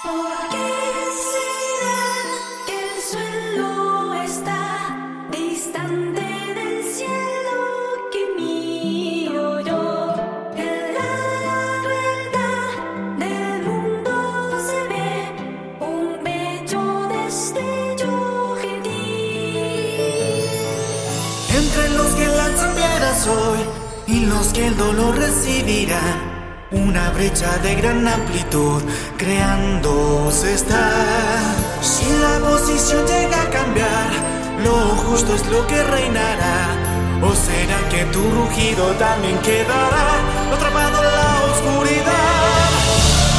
¿Por qué será que el suelo está distante del cielo que miro yo? En la crueldad del mundo se ve un bello destello gentil. Entre los que lanzan piedras hoy y los que el dolor recibirán, una brecha de gran amplitud creándose está. Si la posición llega a cambiar, lo justo es lo que reinará. ¿O será que tu rugido también quedará atrapado en la oscuridad?